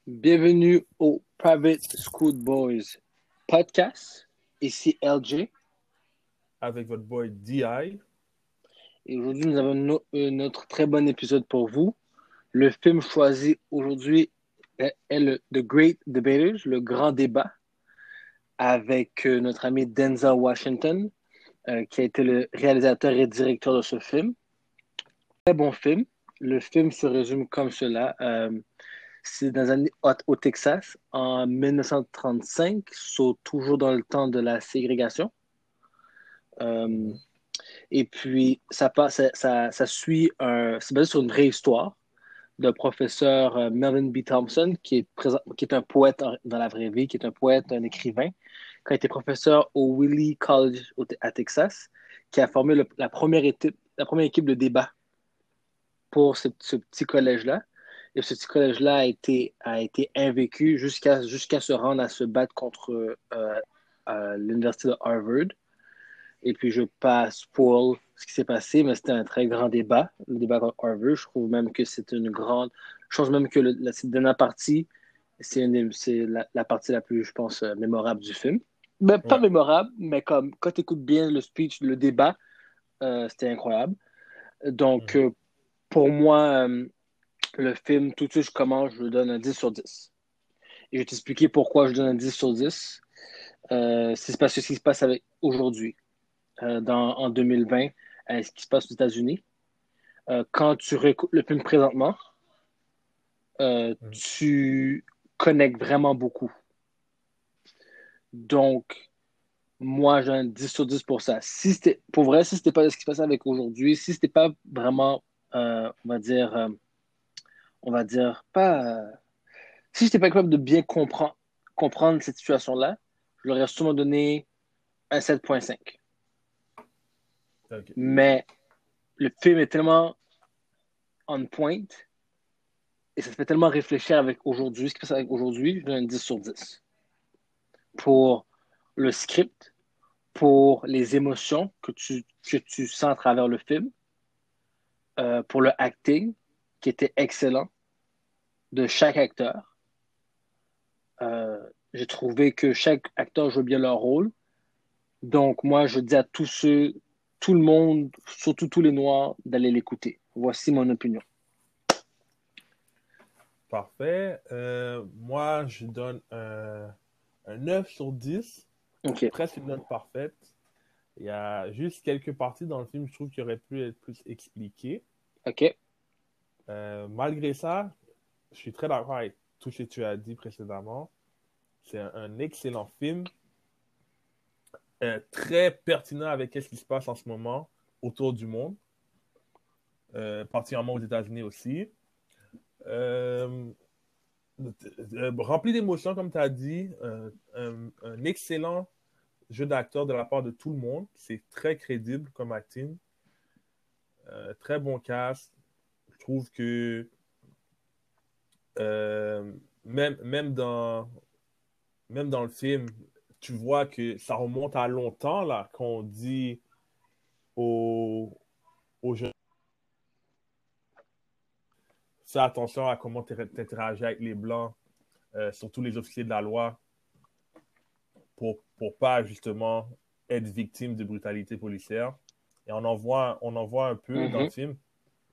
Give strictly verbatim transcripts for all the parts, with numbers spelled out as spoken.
Bienvenue au Private School Boys podcast. Ici L J. Avec votre boy D I. Et aujourd'hui, nous avons no- euh, notre très bon épisode pour vous. Le film choisi aujourd'hui est, est le The Great Debaters, le grand débat, avec euh, notre ami Denzel Washington, euh, qui a été le réalisateur et directeur de ce film. Très bon film. Le film se résume comme cela. Euh, C'est dans un, au, au Texas, en mille neuf cent trente-cinq, so, toujours dans le temps de la ségrégation. Euh, Mhm. et puis, ça, passe, ça, ça, ça suit, un, c'est basé sur une vraie histoire d'un professeur euh, Melvin B. Thompson, qui est, présent, qui est un poète en, dans la vraie vie, qui est un poète, un écrivain, qui a été professeur au Wiley College au, à Texas, qui a formé le, la, première équipe, la première équipe de débat pour ce, ce petit collège-là. Et ce petit collège-là a été, a été invaincu jusqu'à jusqu'à se rendre à se battre contre euh, euh, l'université de Harvard. Et puis, je passe pour ce qui s'est passé, mais c'était un très grand débat, le débat contre Harvard. Je trouve même que c'est une grande... Je pense même que le, la, cette dernière partie, c'est, une, c'est la, la partie la plus, je pense, euh, mémorable du film. Ben, pas Ouais. mémorable, mais comme quand tu écoutes bien le speech, le débat, euh, c'était incroyable. Donc, Mhm. euh, pour moi, euh, le film, tout de suite, je commence, je lui donne un dix sur dix. Et je vais t'expliquer pourquoi je donne un dix sur dix. Euh, c'est parce que ce qui se passe avec aujourd'hui, euh, dans, en deux mille vingt, euh, ce qui se passe aux États-Unis. Euh, quand tu réécoutes le film présentement, euh, Mhm. tu connectes vraiment beaucoup. Donc, moi, j'ai un dix sur dix pour ça. Si c'était, pour vrai, si c'était pas ce qui se passe avec aujourd'hui, si c'était pas vraiment, euh, on va dire, euh, on va dire, pas, euh, si j'étais pas capable de bien comprendre, comprendre cette situation-là, je leur aurais sûrement donné un sept virgule cinq. Ok. Mais le film est tellement on point et ça te fait tellement réfléchir avec aujourd'hui, ce qui se passe avec aujourd'hui, je donne un dix sur dix. Pour le script, pour les émotions que tu, que tu sens à travers le film, euh, pour le acting qui était excellent de chaque acteur. Euh, j'ai trouvé que chaque acteur joue bien leur rôle. Donc, moi, je dis à tous ceux, tout le monde, surtout tous les Noirs, d'aller l'écouter. Voici mon opinion. Parfait. Euh, moi, je donne un, un neuf sur dix. OK. Presque une note parfaite. Il y a juste quelques parties dans le film, je trouve, qui auraient pu être plus expliquées. OK. Euh, malgré ça, je suis très d'accord avec tout ce que tu as dit précédemment. C'est un, un excellent film, euh, très pertinent avec ce qui se passe en ce moment autour du monde, euh, particulièrement aux États-Unis aussi. Euh, euh, rempli d'émotions, comme tu as dit, euh, un, un excellent jeu d'acteur de la part de tout le monde. C'est très crédible comme acting. Euh, très bon cast. Je trouve que euh, même, même, dans, même dans le film, tu vois que ça remonte à longtemps, là, quand on dit aux, aux jeunes, fais attention à comment tu interagis avec les Blancs, euh, surtout les officiers de la loi, pour pour pas justement être victime de brutalité policière. Et on en voit, on en voit un peu dans le Mhm. film.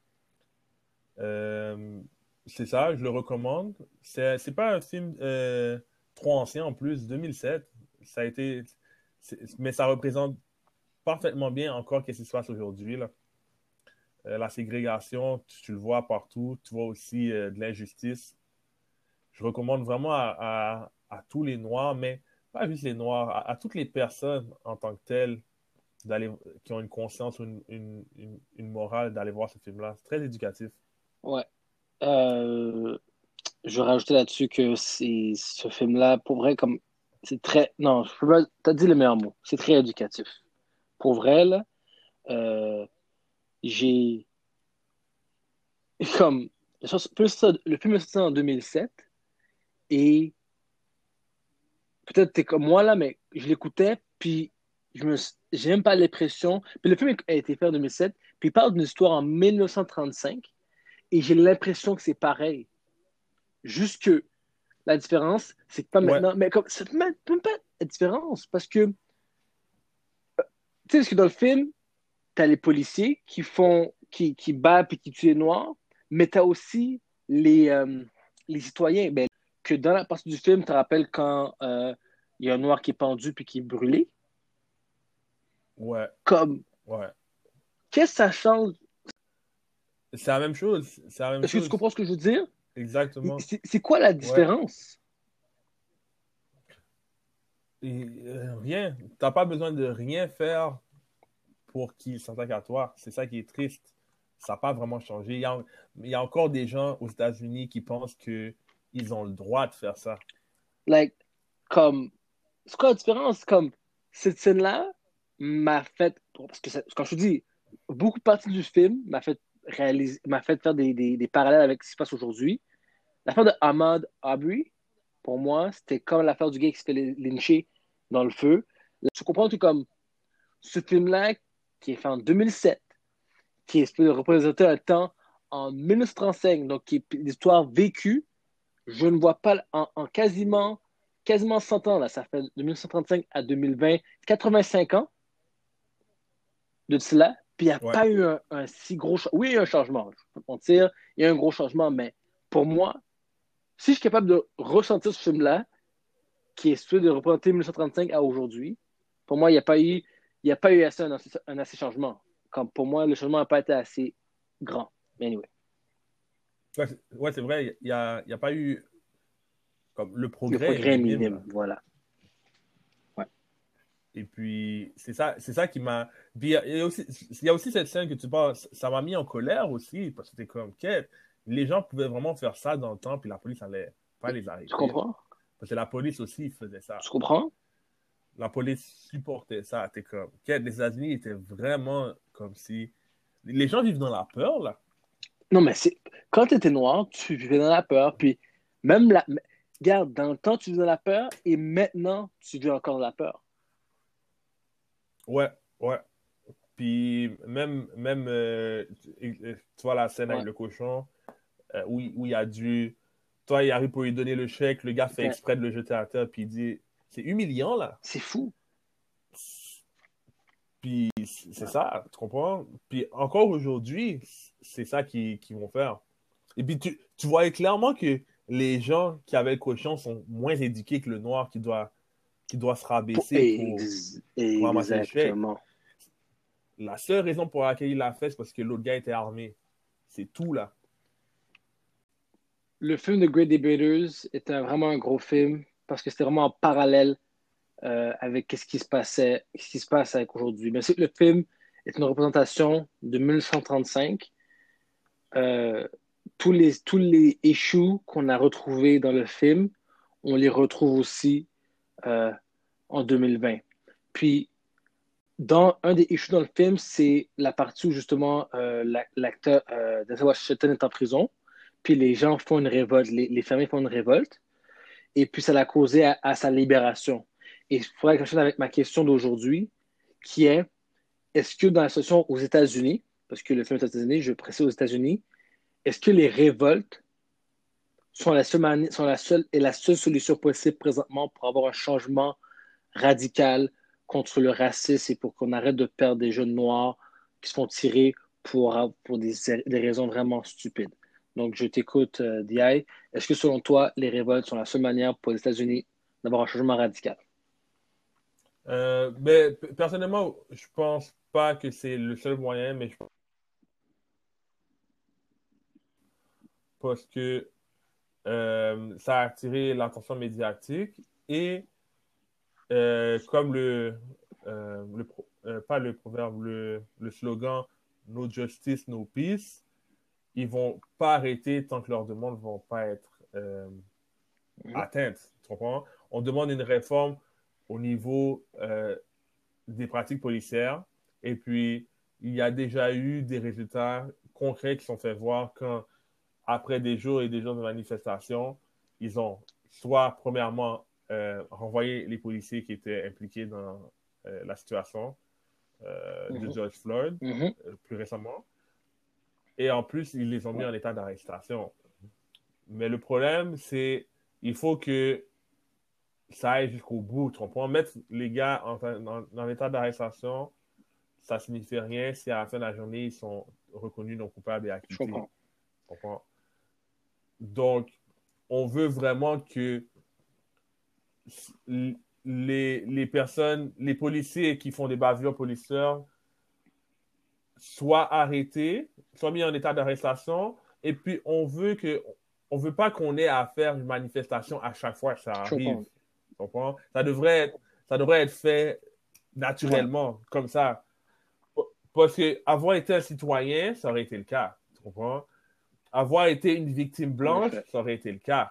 Euh, c'est ça, je le recommande. C'est, c'est pas un film euh, trop ancien en plus, deux mille sept. Ça a été, mais ça représente parfaitement bien encore ce qui se passe aujourd'hui, là. Euh, la ségrégation, tu, tu, le vois partout. Tu vois aussi euh, de l'injustice. Je recommande vraiment à, à, à, tous les Noirs, mais pas juste les Noirs, à, à toutes les personnes en tant que telles d'aller, qui ont une conscience ou une, une, une, une morale d'aller voir ce film-là. C'est très éducatif. Ouais. Euh, je vais rajouter là-dessus que c'est ce film-là, pour vrai, comme c'est très. Non, je peux pas. T'as dit le meilleur mot. C'est très éducatif. Pour vrai, là, euh, j'ai comme plus ça, le film est sorti en deux mille sept et peut-être t'es comme moi là, mais je l'écoutais puis je me j'ai même pas l'impression. Puis le film a été fait en deux mille sept puis il parle d'une histoire en mille neuf cent trente-cinq et j'ai l'impression que c'est pareil. Juste que la différence, c'est que pas Ouais, maintenant, mais comme, ça peut même, peut même pas être la différence, parce que, tu sais, parce que dans le film, t'as les policiers qui font, qui, qui battent et qui tuent les Noirs, mais t'as aussi les, euh, les citoyens. Ben, que dans la partie du film, tu te rappelles quand euh, il y a un Noir qui est pendu puis qui est brûlé? ouais, Comme, ouais. qu'est-ce que ça change? C'est la même chose. C'est la même Est-ce que tu chose. comprends ce que je veux dire? Exactement. C'est c'est quoi la Ouais. différence? Et, euh, rien. T'as pas besoin de rien faire pour qu'ils s'attaquent à toi. C'est ça qui est triste. Ça n'a pas vraiment changé. Il y a, il y a encore des gens aux États-Unis qui pensent qu'ils ont le droit de faire ça. Like, comme, c'est quoi la différence? Comme, cette scène-là m'a fait, parce que ça- quand je te dis, beaucoup de parties du film m'a fait réaliser, m'a fait faire des, des, des parallèles avec ce qui se passe aujourd'hui. L'affaire de Ahmaud Arbery, pour moi, c'était comme l'affaire du gars qui se fait lyncher dans le feu. Je comprends que comme ce film-là, qui est fait en deux mille sept, qui est de représenter un temps en mille neuf cent trente-cinq, donc qui est l'histoire vécue, je ne vois pas en, en quasiment, quasiment cent ans, là, ça fait de mille neuf cent trente-cinq à deux mille vingt, quatre-vingt-cinq ans de cela, puis il n'y a Ouais. pas eu un, un si gros changement. Oui, il y a eu un changement, je peux pas mentir, il y a eu un gros changement, mais pour moi, si je suis capable de ressentir ce film-là, qui est celui de représenter mille neuf cent trente-cinq à aujourd'hui, pour moi, il n'y a pas eu, il y a pas eu assez, un, assez, un assez changement. Comme pour moi, le changement n'a pas été assez grand. Mais anyway, Ouais, c'est ouais, c'est vrai. Il n'y a, il y a pas eu. Comme, le le progrès est progrès est minime, minime, là. voilà. Ouais. Et puis, c'est ça, c'est ça qui m'a. Puis, il y, a il y a aussi, il y a aussi cette scène que tu parles. Ça m'a mis en colère aussi, parce que c'était comme, quête. Les gens pouvaient vraiment faire ça dans le temps, puis la police allait pas les Tu arrêter. comprends? Parce que la police aussi faisait ça. Tu comprends? La police supportait ça. T'es comme, quête, les États-Unis étaient vraiment comme si. Les gens vivent dans la peur, là. Non, mais c'est quand tu étais noir, tu vivais dans la peur, puis même la. Regarde, dans le temps, tu vivais dans la peur, et maintenant, tu vis encore dans la peur. Ouais, ouais. Puis, même, même euh, tu, tu vois la scène avec Ouais. le cochon, euh, où, il- où il a dû. Toi, il arrive pour lui donner le chèque, le gars fait Ouais. exprès de le jeter à terre, puis il dit c'est humiliant, là. C'est fou. Puis c'est Ouais. ça, tu comprends? Puis encore aujourd'hui, c'est ça qu'ils qui vont faire. Et puis tu, tu voyais clairement que les gens qui avaient le cochon sont moins éduqués que le noir qui doit, qui doit se Pour- rabaisser pour, ex- pour ramasser le chèque. Exactement. La seule raison pour laquelle il l'a fait, c'est parce que l'autre gars était armé. C'est tout, là. Le film de Great Debaters était vraiment un gros film parce que c'était vraiment en parallèle euh, avec ce qui se passait, ce qui se passe avec aujourd'hui. Mais le film est une représentation de mille neuf cent trente-cinq. Euh, tous les, tous les issues qu'on a retrouvés dans le film, on les retrouve aussi euh, en deux mille vingt. Puis, dans un des issues dans le film, c'est la partie où justement euh, l'acteur euh, Denzel Washington est en prison. Puis les gens font une révolte, les, les familles font une révolte. Et puis ça l'a causé à, à sa libération. Et il faudrait que je avec ma question d'aujourd'hui, qui est, est-ce que dans la situation aux États-Unis, parce que le film est aux États-Unis, je précise aux États-Unis, est-ce que les révoltes sont la seule, mani- sont la seule et la seule solution possible présentement pour avoir un changement radical contre le racisme et pour qu'on arrête de perdre des jeunes noirs qui se font tirer pour, pour des, des raisons vraiment stupides? Donc, je t'écoute, euh, D I. Est-ce que selon toi, les révoltes sont la seule manière pour les États-Unis d'avoir un changement radical? Euh, mais p- personnellement, je pense pas que c'est le seul moyen, mais je pense que euh, ça a attiré l'attention médiatique et euh, comme le, euh, le pro- euh, pas le proverbe, le, le slogan No justice, no peace, ils vont pas arrêter tant que leurs demandes vont pas être euh, Mhm, atteintes. Tu comprends? On demande une réforme au niveau euh, des pratiques policières et puis il y a déjà eu des résultats concrets qui sont faits voir quand, après des jours et des jours de manifestation, ils ont soit, premièrement, euh, renvoyé les policiers qui étaient impliqués dans euh, la situation euh, de mhm, George Floyd mhm. euh, plus récemment, et en plus, ils les ont mis en état d'arrestation. Mais le problème, c'est il faut que ça aille jusqu'au bout. Tu comprends? Mettre les gars en, dans, dans l'état d'arrestation, ça ne signifie rien si à la fin de la journée, ils sont reconnus non coupables et Je acquittés. comprends. Tu comprends? Donc, on veut vraiment que les, les personnes, les policiers qui font des bavures policières soient arrêtés, soient mis en état d'arrestation, et puis on veut que, on veut pas qu'on ait à faire une manifestation à chaque fois que ça Je arrive. comprends. Tu comprends? Ça devrait être, ça devrait être fait naturellement, Ouais. comme ça. Parce que avoir été un citoyen, ça aurait été le cas. Tu comprends? Avoir été une victime En blanche, effet. ça aurait été le cas.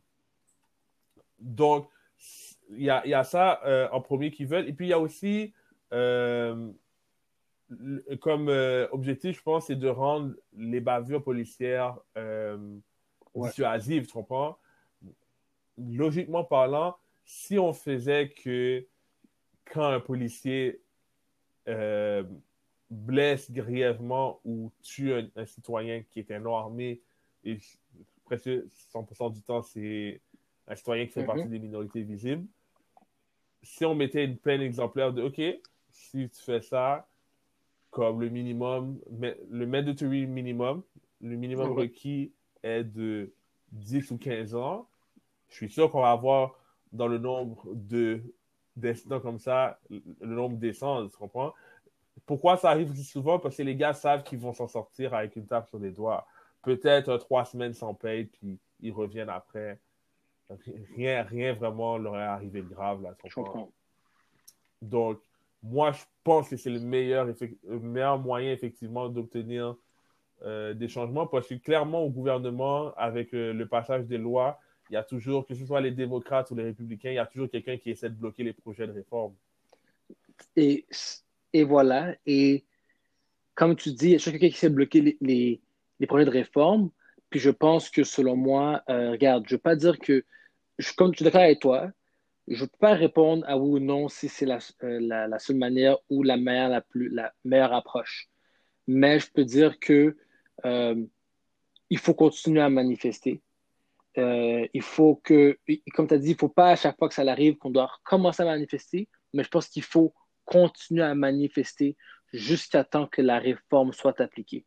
Donc, il y a, y a ça euh, en premier qu'ils veulent. Et puis, il y a aussi, euh, comme euh, objectif, je pense, c'est de rendre les bavures policières euh, Ouais. dissuasives, tu comprends? Logiquement parlant, si on faisait que quand un policier euh, blesse grièvement ou tue un, un citoyen qui est un non-armé, et presque cent pour cent du temps, c'est un citoyen qui fait partie Mhm. des minorités visibles, si on mettait une peine exemplaire de OK, si tu fais ça, comme le minimum, le mandatory minimum, le minimum Mhm. requis est de dix ou quinze ans, je suis sûr qu'on va avoir dans le nombre de d'incidents comme ça, le nombre descend, tu comprends? Pourquoi ça arrive si souvent? Parce que les gars savent qu'ils vont s'en sortir avec une tape sur les doigts. Peut-être euh, trois semaines sans paye, puis ils reviennent après. Rien, rien vraiment leur est arrivé de grave, là, tu Je comprends? comprends. Donc, moi, je pense que c'est le meilleur, le meilleur moyen, effectivement, d'obtenir euh, des changements, parce que clairement, au gouvernement, avec euh, le passage des lois, il y a toujours, que ce soit les démocrates ou les républicains, il y a toujours quelqu'un qui essaie de bloquer les projets de réforme. Et, et voilà. Et comme tu dis, il y a toujours quelqu'un qui essaie de bloquer les, les, les projets de réforme. Puis je pense que selon moi, euh, regarde, je ne veux pas dire que, je, comme tu es d'accord avec toi, je ne peux pas répondre à oui ou non si c'est la, euh, la, la seule manière ou la meilleure, la plus, la meilleure approche. Mais je peux dire que euh, il faut continuer à manifester. Euh, il faut que, comme tu as dit, il ne faut pas à chaque fois que ça arrive qu'on doit recommencer à manifester, mais je pense qu'il faut continuer à manifester jusqu'à temps que la réforme soit appliquée.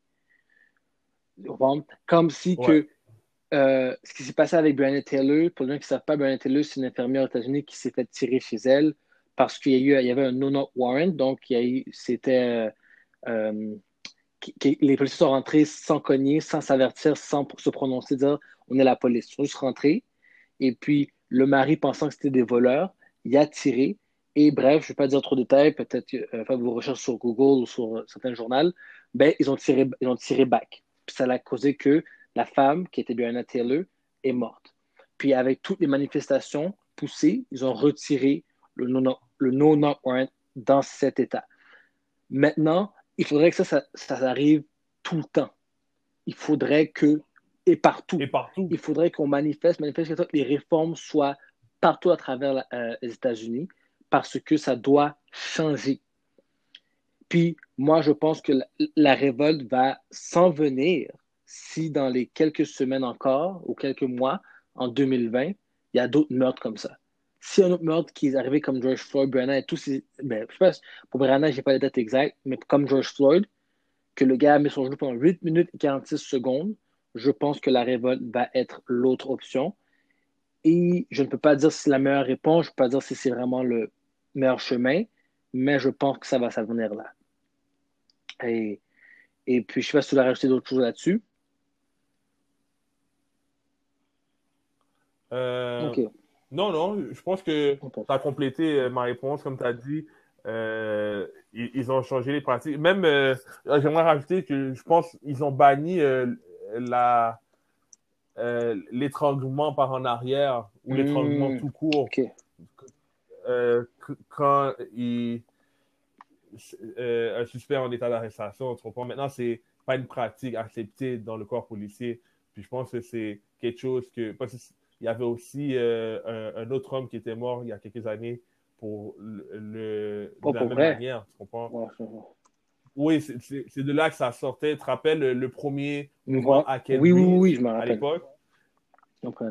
Comme si Ouais. que euh, ce qui s'est passé avec Breonna Taylor, pour les gens qui ne savent pas, Breonna Taylor, c'est une infirmière aux États-Unis qui s'est fait tirer chez elle parce qu'il y a eu, il y avait un no-knock warrant, donc il y a eu, c'était euh, euh, qui, qui, les policiers sont rentrés sans cogner, sans s'avertir, sans se prononcer, dire on est la police. Ils sont juste rentrés. Et puis, le mari, pensant que c'était des voleurs, il a tiré. Et bref, je ne vais pas dire trop de détails, peut-être euh, faire vos recherches sur Google ou sur euh, certains journaux, ben, ils ont tiré, ils ont tiré back. Puis ça a causé que la femme, qui était Breonna Taylor, est morte. Puis avec toutes les manifestations poussées, ils ont retiré le no-knock le no warrant dans cet état. Maintenant, il faudrait que ça, ça, ça arrive tout le temps. Il faudrait que, et partout, Et partout. il faudrait qu'on manifeste, manifeste que les réformes soient partout à travers la, euh, les États-Unis parce que ça doit changer. Puis, moi, je pense que la, la révolte va s'en venir si dans les quelques semaines encore ou quelques mois, en deux mille vingt, il y a d'autres meurtres comme ça. Si un autre meurtre qui est arrivé comme George Floyd, Breonna et tous ces. Ben, je sais pas, pour Breonna, je n'ai pas les dates exactes, mais comme George Floyd, que le gars a mis son genou pendant huit minutes et quarante-six secondes, je pense que la révolte va être l'autre option. Et je ne peux pas dire si c'est la meilleure réponse, je ne peux pas dire si c'est vraiment le meilleur chemin, mais je pense que ça va s'avenir là. Et, et puis, je ne sais pas si tu as rajouté d'autres choses là-dessus. Euh, OK. non, non, je pense que tu OK. as complété euh, ma réponse, comme tu as dit. Euh, ils, ils ont changé les pratiques. Même, euh, j'aimerais rajouter que je pense qu'ils ont banni euh, la, euh, l'étranglement par en arrière ou l'étranglement Mmh, tout court OK. euh, quand il, euh, un suspect en état d'arrestation. Tu comprends? Maintenant, c'est pas une pratique acceptée dans le corps policier. Puis je pense que c'est quelque chose que. Parce qu'il y avait aussi euh, un, un, autre homme qui était mort il y a quelques années pour le, le Pas de la pour même vrai. manière. Tu comprends? Ouais, c'est vrai. Oui, c'est, c'est, c'est de là que ça sortait. Tu te rappelles le, le premier mouvement Ouais. I Can Oui, oui, oui, Breathe oui, je me à rappelle. l'époque? Je me rappelle.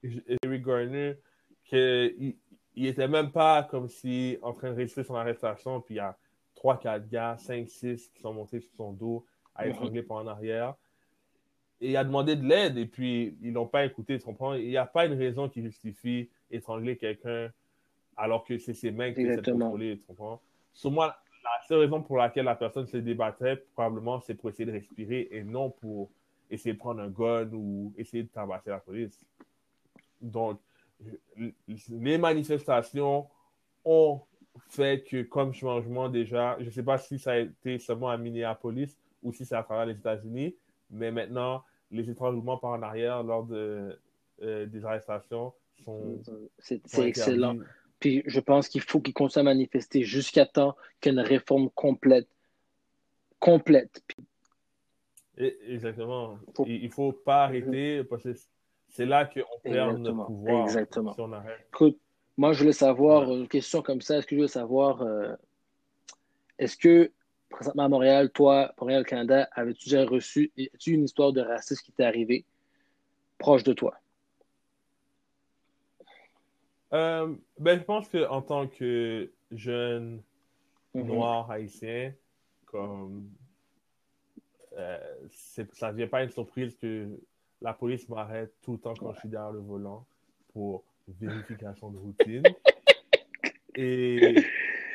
Eric Garner, qu'il il était même pas comme si en train de résister son arrestation, puis il y a trois quatre gars, cinq six qui sont montés sur son dos à étrangler par en arrière. Et il a demandé de l'aide, et puis ils l'ont pas écouté, tu comprends? Il n'y a pas une raison qui justifie étrangler quelqu'un alors que c'est ses mains qui essaient de contrôler, tu comprends? Sur moi, la seule raison pour laquelle la personne se débattrait, probablement, c'est pour essayer de respirer et non pour essayer de prendre un gun ou essayer de tabasser la police. Donc, les manifestations ont fait que, comme changement déjà, je ne sais pas si ça a été seulement à Minneapolis ou si c'est à travers les États-Unis, mais maintenant, les étranglements par en arrière lors de, euh, des arrestations sont, c'est, sont c'est excellent. interdits. Puis je pense qu'il faut qu'ils continuent à manifester jusqu'à temps qu'il y ait une réforme complète. Complète. Puis, Et, exactement. faut... Il ne faut pas arrêter parce que c'est là qu'on perd notre Exactement. pouvoir Exactement. si on arrête. Écoute, moi, je voulais savoir, Ouais. une question comme ça, est-ce que je voulais savoir, euh, est-ce que, présentement à Montréal, toi, Montréal, Canada, avais-tu déjà reçu, as-tu une histoire de racisme qui t'est arrivée proche de toi? Euh, ben, je pense qu'en tant que jeune Mm-hmm. noir haïtien, comme euh, ça ne vient pas une surprise que la police m'arrête tout le temps quand Ouais. je suis derrière le volant pour vérification de routine. Et,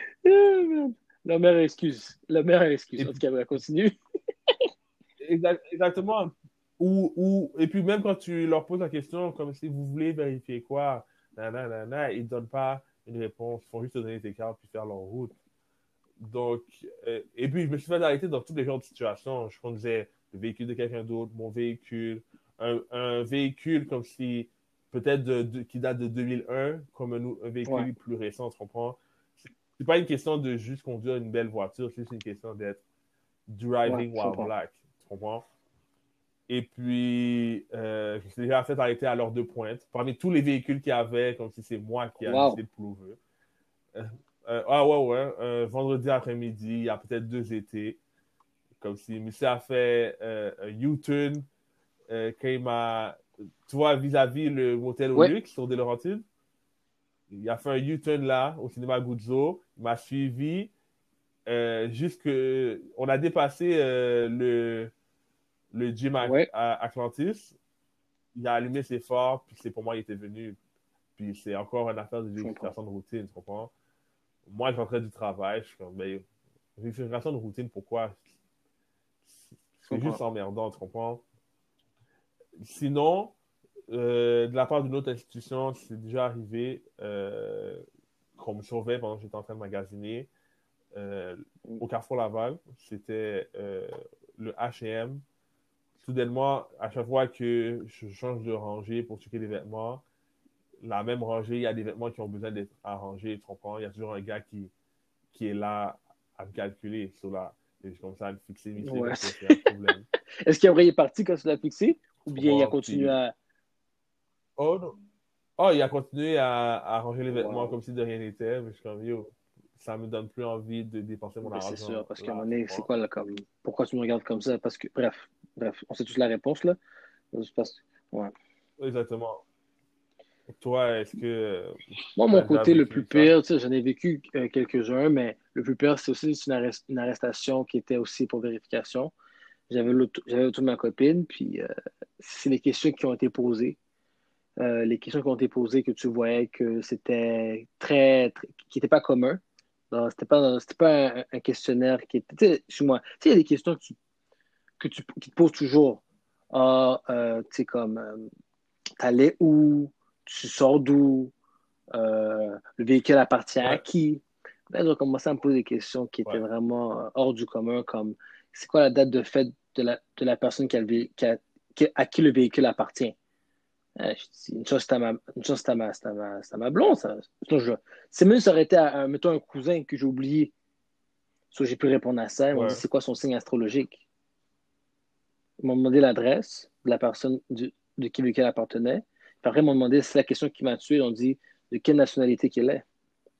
La meilleure excuse. La meilleure excuse. et En tout cas, on continue. exact, exactement. Ou, ou, et puis même quand tu leur poses la question, comme si vous voulez vérifier quoi, nanana, ils ne donnent pas une réponse. Ils font juste te donner tes cartes puis faire leur route. Donc, euh, et puis je me suis fait arrêter dans tous les genres de situations. Je conduisais le véhicule de quelqu'un d'autre, mon véhicule, un, un véhicule comme si, peut-être de, de, qui date de deux mille un, comme un, un véhicule Ouais. plus récent, tu comprends? C'est pas une question de juste conduire une belle voiture, c'est juste une question d'être Ouais, driving je while comprends. black, tu comprends? Et puis, euh, je me suis déjà fait arrêter à l'heure de pointe. Parmi tous les véhicules qu'il y avait, comme si c'est moi qui a Wow. décidé de plouver. Euh, euh, ah ouais, ouais. Euh, vendredi après-midi, il y a peut-être deux étés. Comme si monsieur a fait euh, un U-turn euh, quand il m'a. Tu vois, vis-à-vis le motel au Ouais. luxe sur Des Laurentides. Il a fait un U-turn là, au cinéma Guzzo. Il m'a suivi. Euh, jusque. On a dépassé euh, le, le gym à, Ouais. à Atlantis. Il a allumé ses phares, puis c'est pour moi, il était venu. Puis c'est encore une affaire de Je comprends. vérification de routine, tu comprends? Moi, je rentrais du travail, je suis comme, ben, vérification de routine, pourquoi? Je C'est juste comprends. emmerdant, tu comprends? Sinon, euh, de la part d'une autre institution, c'est déjà arrivé euh, qu'on me surveille pendant que j'étais en train de magasiner euh, au Carrefour Laval. C'était euh, le H et M. Soudainement, à chaque fois que je change de rangée pour checker des vêtements, la même rangée, il y a des vêtements qui ont besoin d'être arrangés, tu comprends? Il y a toujours un gars qui, qui est là à me calculer sur la. Et je commence à me fixer mes Ouais. parce que c'est un problème. Est-ce qu'après, il est parti quand tu l'as fixé? Ou Tu bien il a comprends? continué Puis, à. oh non. Oh, il a continué à, à ranger les vêtements Wow. comme si de rien n'était. Mais je suis comme, yo, ça me donne plus envie de dépenser mon Ben, c'est sûr, argent parce qu'à un là, moment tu donné, c'est comprends? quoi là comme. Pourquoi tu me regardes comme ça? Parce que. Bref. Bref. On sait tous la réponse là. Parce... Ouais. Exactement. Toi, est-ce que Moi, tu mon as déjà côté le vécu plus ça? pire, tu sais, j'en ai vécu euh, quelques-uns, mais le plus pire, c'est aussi une, arrest- une arrestation qui était aussi pour vérification. J'avais l'auto, j'avais l'auto de ma copine, puis euh, c'est les questions qui ont été posées. Euh, les questions qui ont été posées que tu voyais que c'était très, très qui n'était pas commun. Non, c'était pas, c'était pas un, un questionnaire qui était. Tu sais, excuse-moi, tu sais, il y a des questions que tu, que tu, qui te posent toujours. Ah, euh, tu sais, comme, euh, t'allais où? Tu sors d'où? Euh, le véhicule appartient à Ouais, qui? Là, ils ont commencé à me poser des questions qui étaient ouais. vraiment euh, hors du commun, comme c'est quoi la date de fête de la, de la personne qui a le vé- qui a- qui- à qui le véhicule appartient? Euh, je dis, une chose, c'est à ma, une chose, c'est à ma, c'est à ma, c'est à ma blonde, ça. Sinon, je- c'est mieux, ça aurait été à, à, mettons, un cousin que j'ai oublié. So, j'ai pu répondre à ça. Ils m'ont dit, Ouais. c'est quoi son signe astrologique? Ils m'ont demandé l'adresse de la personne du- de qui le véhicule appartenait. Puis après, ils m'ont demandé, c'est la question qui m'a tué. Ils ont dit, de quelle nationalité qu'il est.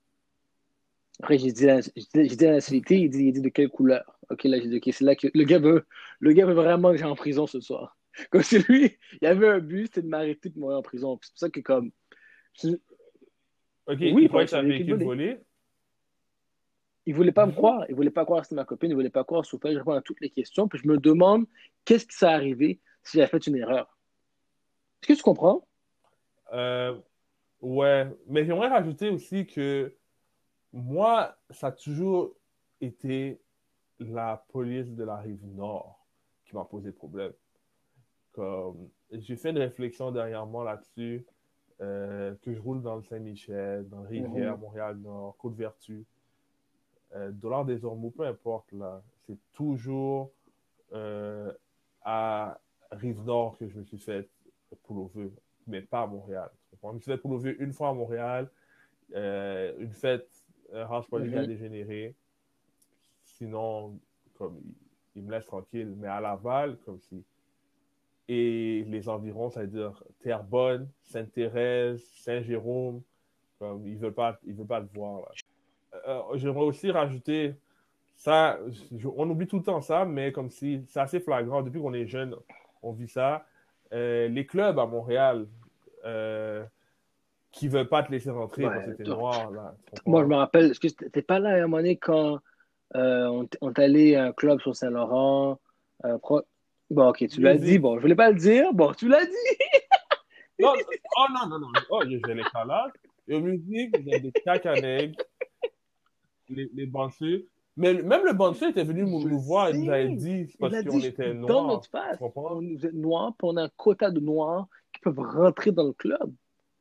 Après, j'ai dit, la- j'ai dit, j'ai dit la nationalité, il dit, il dit de quelle couleur. OK, là, j'ai dit, OK, c'est là que le gars veut, le gars veut vraiment que j'ai en prison ce soir. Comme si lui, il avait un but, c'était de m'arrêter de mourir en prison. Puis c'est pour ça que, comme, je- Ok, oui, il pour croyait que son c'est un véhicule véhicule volé. volé. Il voulait pas me croire. Il voulait pas croire que c'était ma copine. Il voulait pas croire. Sauf que je réponds à toutes les questions. Puis je me demande qu'est-ce qui s'est arrivé si j'avais fait une erreur. Est-ce que tu comprends? Euh, ouais, mais j'aimerais rajouter aussi que moi, ça a toujours été la police de la rive nord qui m'a posé problème. Comme, j'ai fait une réflexion dernièrement là-dessus, euh, que je roule dans le Saint-Michel, dans Rivière, Mhm. Montréal-Nord, Côte-Vertu, euh, Dollar des Ormeaux, peu importe, là, c'est toujours euh, à Rive-Nord que je me suis fait pullover, mais pas à Montréal. Je me suis fait pullover une fois à Montréal, euh, une fête, un house party qui a Mhm. dégénéré. Sinon, comme, il, il me laisse tranquille. Mais à Laval, comme si. Et les environs, c'est-à-dire Terrebonne, Sainte-Thérèse, Saint-Jérôme, comme, ils ne veulent pas, ils veulent pas le voir, là. Euh, j'aimerais aussi rajouter ça, je- on oublie tout le temps ça, mais comme si c'est assez flagrant, depuis qu'on est jeune, on vit ça. Euh, les clubs à Montréal euh, qui ne veulent pas te laisser rentrer parce que Ouais. t'es Donc, noir, là, tu moi, je comprends? me rappelle, est-ce que t'étais pas là à un moment donné quand euh, on, t- on est allé à un club sur Saint-Laurent? euh, pro- Bon, ok, tu l'as dit. Musique. Bon, je voulais pas le dire. Bon, tu l'as dit. Non, oh non, non, non, oh, j'ai les calades. Et aux musiques, il y a des cacanègues, les, les bouncers. Mais même le bouncer était venu nous, Je nous voir et nous avait sais. dit c'est Il parce a dit qu'on je- était dans notre noirs, tu face. On comprends? nous est noirs, puis on a un quota de noirs qui peuvent rentrer dans le club.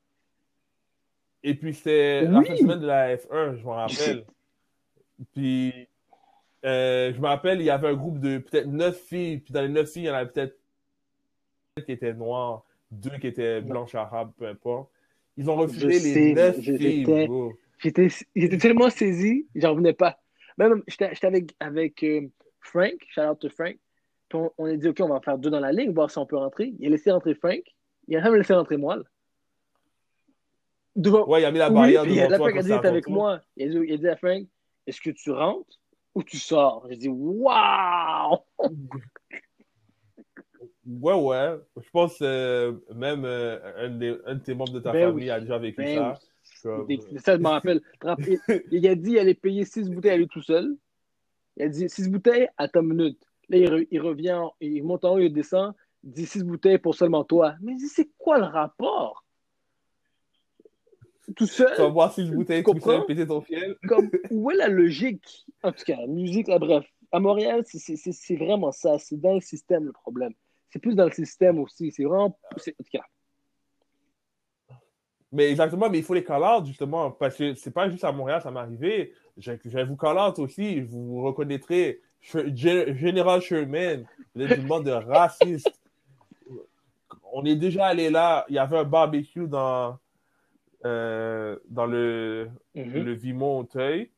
Et puis c'était la fin de Oui, semaine de la F un, je me je sais. rappelle. Puis euh, je me rappelle, il y avait un groupe de peut-être neuf filles, puis dans les neuf filles, il y en avait peut-être qui étaient noires, deux qui étaient blanches arabes, peu importe. Ils ont Je refusé les sais, neuf mais filles, j'étais, bro. j'étais, j'étais tellement saisi, j'en revenais pas. Même, j'étais j'étais avec, avec euh, Frank, shout out to Frank. Puis on, on a dit, OK, on va en faire deux dans la ligne, voir si on peut rentrer. Il a laissé rentrer Frank. Il a même laissé rentrer moi, là. Devant- Ouais, il a mis la Oui, barrière puis devant la toi Frank quand a dit, il c'était à est ton avec tour. moi. Il a dit, il a dit à Frank, est-ce que tu rentres ou tu sors? J'ai dit, waouh! Ouais, ouais. Je pense que euh, même euh, un, des- un de tes membres de ta Ben oui, famille a déjà vécu ben oui. ça. Comme... C'est ça, je me rappelle. Il, il a dit qu'il allait payer six bouteilles à lui tout seul. Il a dit six bouteilles à ta minute. Là, il, re- il revient, il monte en haut, il descend, il dit six bouteilles pour seulement toi. Mais il dit, c'est quoi le rapport? Tout Tu vas seul, boire six tu bouteilles tout seul, comprends? péter ton fiel. Comme, où est la logique? En tout cas, la musique, là, bref. À Montréal, c'est c'est- c'est- c'est vraiment ça. C'est dans le système le problème. C'est plus dans le système aussi. C'est vraiment. c'est- En tout cas, Mais exactement, mais il faut les call out, justement, parce que c'est pas juste à Montréal, ça m'est arrivé. Je, je vais vous call out aussi, vous vous reconnaîtrez. Sh- Gen- Général Sherman, vous êtes une bande de racistes. On est déjà allé là, il y avait un barbecue dans, euh, dans le, mhm, le Vimont-Auteuil.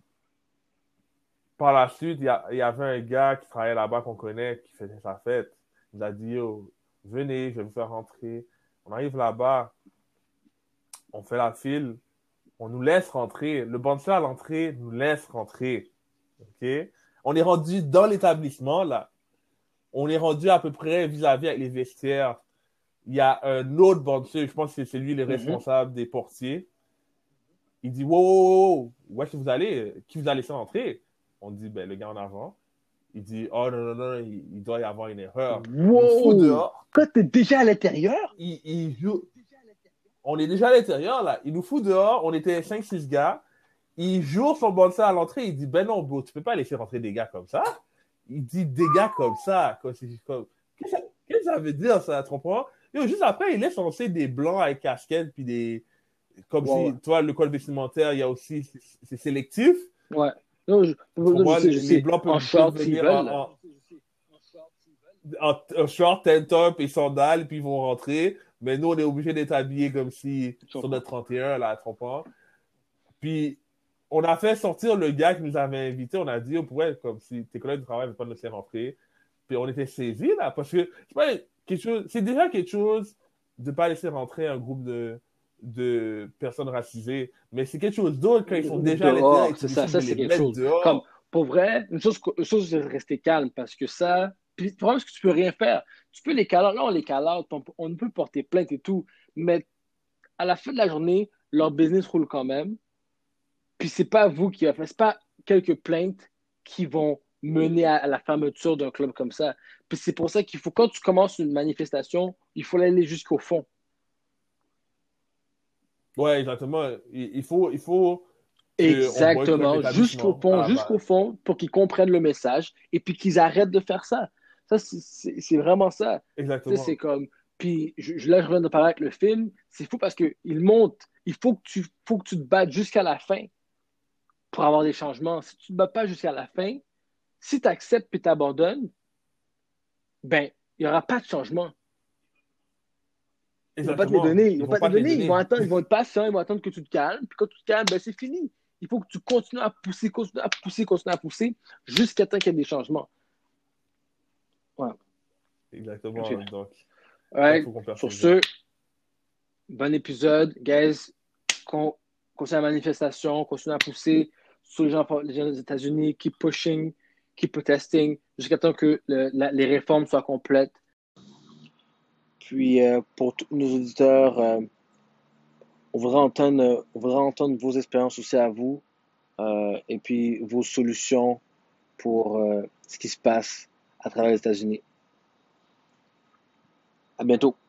Par la suite, il y, a- il y avait un gars qui travaillait là-bas qu'on connaît, qui faisait sa fête. Il nous a dit, yo, venez, je vais vous faire rentrer. On arrive là-bas, on fait la file, on nous laisse rentrer. Le bouncer à l'entrée nous laisse rentrer. OK? On est rendu dans l'établissement, là. On est rendu à peu près vis-à-vis avec les vestiaires. Il y a un autre bouncer, je pense que c'est lui le mhm. responsable des portiers. Il dit, wow, wow, wow, où est-ce que vous allez? Qui vous a laissé rentrer? On dit, ben, le gars en avant. Il dit, oh non, non, non, il, il doit y avoir une erreur. Il nous fout Wow! dehors. Quand t'es déjà à l'intérieur? Il, il joue. On est déjà à l'intérieur, là. Il nous fout dehors. On était cinq six gars. Il joue son bouncer à l'entrée. Il dit, ben non, bro, tu peux pas laisser rentrer des gars comme ça. Il dit, des gars comme ça. Comme, comme... Qu'est-ce, que ça, qu'est-ce que ça veut dire, ça, tu comprends? Et juste après, il laisse lancer des blancs avec casquette, puis des. Comme Ouais, ouais. si, toi, le code vestimentaire, il y a aussi. C'est, c'est sélectif. Ouais. Non, je, Pour non, je moi, sais, je les, les sais. blancs En peuvent, peuvent short, s'ils venir veulent. Là. en, en, en, en short, tank top et sandales, puis ils vont rentrer. Mais nous, on est obligé d'être habillés comme si Je sur comprends. notre trente et un, là, tu comprends? Puis, on a fait sortir le gars qui nous avait invités. On a dit, on pourrait, comme si tes collègues de travail ne veulent pas nous laisser rentrer. Puis, on était saisis, là, parce que c'est, pas quelque chose, c'est déjà quelque chose de ne pas laisser rentrer un groupe de, de personnes racisées. Mais c'est quelque chose d'autre quand ils sont déjà à l'intérieur et Dehors, tu c'est ça. décides Ça, de c'est les quelque mettre chose. Comme, dehors. pour vrai, une chose, une chose c'est de rester calme parce que ça, Puis le problème, c'est que tu peux rien faire. Tu peux les call out. Là, on les call out, on, on peut porter plainte et tout. Mais à la fin de la journée, leur business roule quand même. Puis c'est pas vous qui va faire, c'est pas quelques plaintes qui vont mener à, à la fermeture d'un club comme ça. Puis c'est pour ça qu'il faut, quand tu commences une manifestation, il faut aller jusqu'au fond. Ouais, exactement. Il, il faut, il faut qu'on boycotte Exactement, jusqu'au l'établissement à fond, la jusqu'au base. fond, pour qu'ils comprennent le message et puis qu'ils arrêtent de faire ça. Ça, c'est c'est- c'est vraiment ça. Tu sais, c'est Exactement. comme. Puis je, je- là, je viens de parler avec le film. C'est fou parce qu'il monte. Il faut que tu, faut que tu te battes jusqu'à la fin pour avoir des changements. Si tu ne te bats pas jusqu'à la fin, si tu acceptes puis tu abandonnes, ben, il n'y aura pas de changement. Ils ne vont pas te les Exactement. donner. Ils ne Ils vont vont pas te pas les te les donner. Ils vont donner. attendre, ils vont être patients, ils vont attendre que tu te calmes. Puis quand tu te calmes, ben, c'est fini. Il faut que tu continues à pousser, continuer à pousser, continuer à pousser jusqu'à temps qu'il y ait des changements. Voilà. Exactement. OK. Donc, All ça, il right. faut qu'on Sur persévère. ce, bon épisode. Guys, con- continue la manifestation, continue à pousser sur les gens, les gens des États-Unis, keep pushing, keep protesting, jusqu'à temps que le- la- les réformes soient complètes. Puis, euh, pour tous nos auditeurs, euh, on voudrait entendre, euh, on voudrait entendre vos expériences aussi à vous, euh, et puis vos solutions pour euh, ce qui se passe à travers les États-Unis. À bientôt.